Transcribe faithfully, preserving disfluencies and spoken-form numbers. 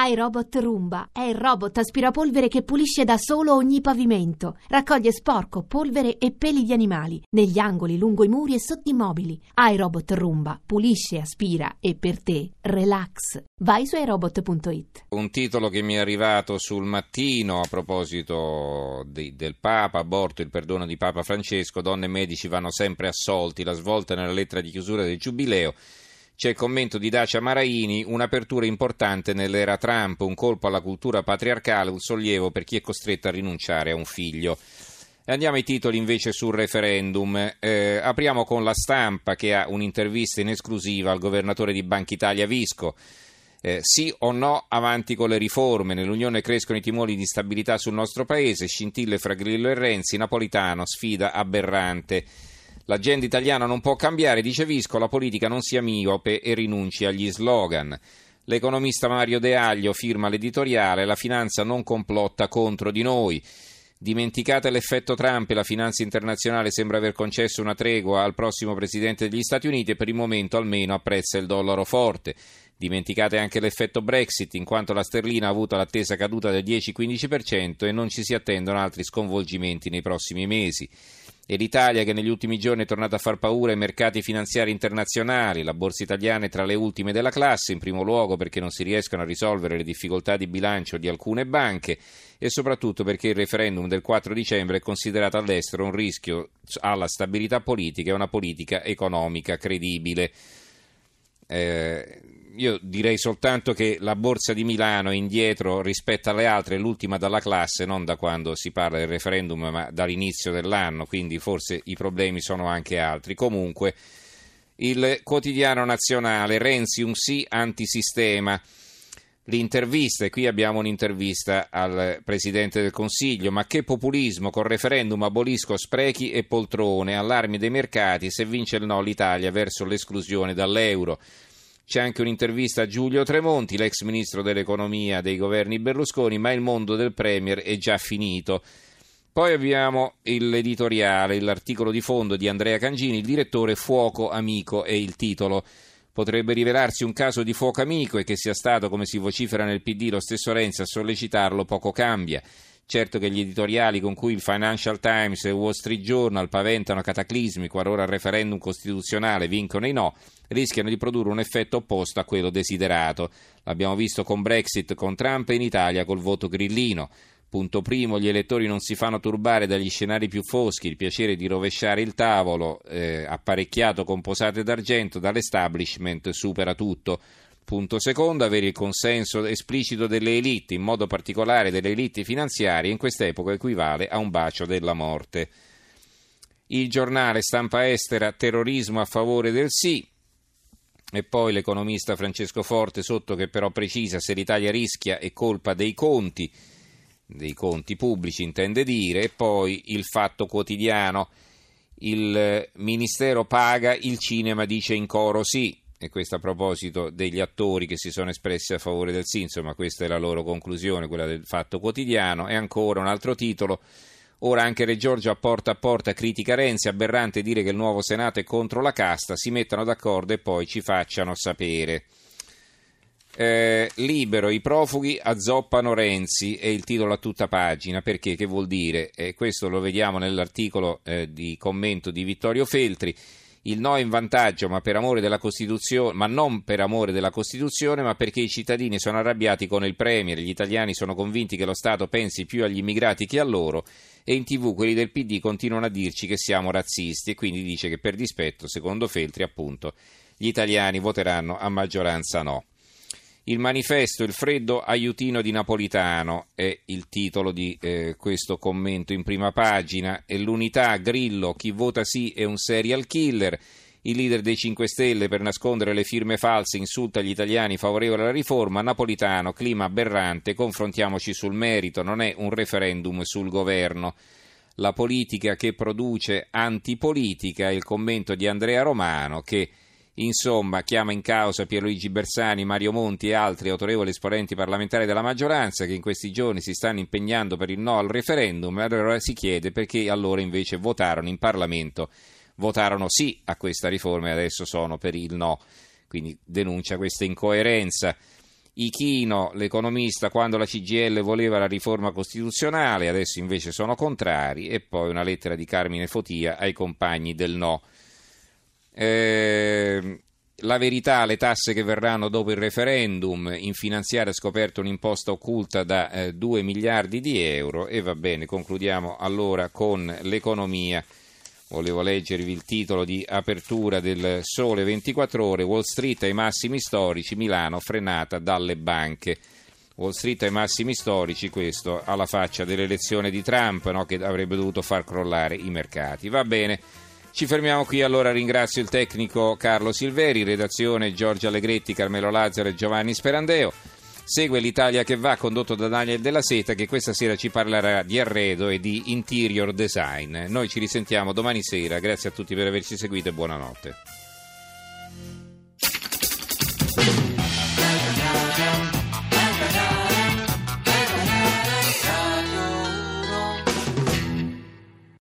iRobot Roomba è il robot aspirapolvere che pulisce da solo ogni pavimento. Raccoglie sporco, polvere e peli di animali negli angoli, lungo i muri e sotto i mobili. iRobot Roomba pulisce, aspira e per te relax. Vai su iRobot punto it. Un titolo che mi è arrivato sul Mattino a proposito di, del Papa, aborto, il perdono di Papa Francesco, donne e medici vanno sempre assolti, la svolta nella lettera di chiusura del Giubileo. C'è il commento di Dacia Maraini, un'apertura importante nell'era Trump, un colpo alla cultura patriarcale, un sollievo per chi è costretto a rinunciare a un figlio. Andiamo ai titoli invece sul referendum. Eh, apriamo con La Stampa, che ha un'intervista in esclusiva al governatore di Banca Italia Visco. Eh, sì o no avanti con le riforme, nell'Unione crescono i timori di stabilità sul nostro paese, scintille fra Grillo e Renzi, Napolitano, sfida aberrante. L'agenda italiana non può cambiare, dice Visco, la politica non sia miope e rinunci agli slogan. L'economista Mario De Aglio firma l'editoriale, la finanza non complotta contro di noi. Dimenticate l'effetto Trump e la finanza internazionale sembra aver concesso una tregua al prossimo presidente degli Stati Uniti e per il momento almeno apprezza il dollaro forte. Dimenticate anche l'effetto Brexit, in quanto la sterlina ha avuto l'attesa caduta del dieci-quindici per cento e non ci si attendono altri sconvolgimenti nei prossimi mesi. E l'Italia che negli ultimi giorni è tornata a far paura ai mercati finanziari internazionali, la borsa italiana è tra le ultime della classe, in primo luogo perché non si riescono a risolvere le difficoltà di bilancio di alcune banche e soprattutto perché il referendum del quattro dicembre è considerato all'estero un rischio alla stabilità politica e una politica economica credibile. Eh, io direi soltanto che la borsa di Milano è indietro rispetto alle altre, l'ultima dalla classe, non da quando si parla del referendum ma dall'inizio dell'anno, quindi forse i problemi sono anche altri. Comunque il Quotidiano Nazionale, Renzi un sì antisistema, l'intervista, e qui abbiamo un'intervista al Presidente del Consiglio, ma che populismo, col referendum abolisco sprechi e poltrone, allarmi dei mercati, se vince il no l'Italia verso l'esclusione dall'euro. C'è anche un'intervista a Giulio Tremonti, l'ex ministro dell'economia dei governi Berlusconi, ma il mondo del Premier è già finito. Poi abbiamo l'editoriale, l'articolo di fondo di Andrea Cangini, il direttore Fuoco Amico è il titolo. Potrebbe rivelarsi un caso di fuoco amico e che sia stato, come si vocifera nel P D, lo stesso Renzi a sollecitarlo poco cambia. Certo che gli editoriali con cui il Financial Times e il Wall Street Journal paventano cataclismi qualora il referendum costituzionale vincono i no, rischiano di produrre un effetto opposto a quello desiderato. L'abbiamo visto con Brexit, con Trump e in Italia col voto grillino. Punto primo, gli elettori non si fanno turbare dagli scenari più foschi, il piacere di rovesciare il tavolo, eh, apparecchiato con posate d'argento dall'establishment, supera tutto. Punto secondo, avere il consenso esplicito delle elite, in modo particolare delle elite finanziarie, in quest'epoca equivale a un bacio della morte. Il Giornale, Stampa estera, terrorismo a favore del sì. E poi l'economista Francesco Forte sotto, che però precisa: se l'Italia rischia è colpa dei conti, dei conti pubblici intende dire. E poi il Fatto Quotidiano, il Ministero paga, il cinema dice in coro sì. E questo a proposito degli attori che si sono espressi a favore del sì, insomma questa è la loro conclusione, quella del Fatto Quotidiano. E ancora un altro titolo, ora anche Re Giorgio a porta a porta critica Renzi, aberrante dire che il nuovo Senato è contro la casta, si mettano d'accordo e poi ci facciano sapere. Eh, libero, i profughi azzoppano Renzi, è il titolo a tutta pagina. Perché? Che vuol dire? Eh, questo lo vediamo nell'articolo eh, di commento di Vittorio Feltri. Il no è in vantaggio, ma per amore della Costituzione, ma non per amore della Costituzione, ma perché i cittadini sono arrabbiati con il Premier, gli italiani sono convinti che lo Stato pensi più agli immigrati che a loro, e in tivù quelli del P D continuano a dirci che siamo razzisti, e quindi dice che per dispetto, secondo Feltri, appunto, gli italiani voteranno a maggioranza no. Il Manifesto, il freddo aiutino di Napolitano è il titolo di eh, questo commento in prima pagina. E l'Unità, Grillo, chi vota sì è un serial killer. Il leader dei cinque Stelle per nascondere le firme false insulta gli italiani favorevoli alla riforma. Napolitano, clima aberrante, confrontiamoci sul merito, non è un referendum sul governo. La politica che produce antipolitica, il commento di Andrea Romano che insomma chiama in causa Pierluigi Bersani, Mario Monti e altri autorevoli esponenti parlamentari della maggioranza che in questi giorni si stanno impegnando per il no al referendum. Allora si chiede perché allora invece votarono in Parlamento, votarono sì a questa riforma e adesso sono per il no, quindi denuncia questa incoerenza. Ichino, l'economista, quando la C G I L voleva la riforma costituzionale, adesso invece sono contrari, e poi una lettera di Carmine Fotia ai compagni del no. Eh, la verità, le tasse che verranno dopo il referendum, in finanziaria scoperto un'imposta occulta da eh, due miliardi di euro, e va bene, concludiamo allora con l'economia. Volevo leggervi il titolo di apertura del Sole ventiquattro Ore, Wall Street ai massimi storici, Milano frenata dalle banche. Wall Street ai massimi storici, questo alla faccia dell'elezione di Trump, no, che avrebbe dovuto far crollare i mercati. Va bene, ci fermiamo qui allora, ringrazio il tecnico Carlo Silveri, redazione Giorgio Allegretti, Carmelo Lazzaro e Giovanni Sperandeo. Segue l'Italia che va, condotto da Daniel Della Seta, che questa sera ci parlerà di arredo e di interior design. Noi ci risentiamo domani sera, grazie a tutti per averci seguito e buonanotte.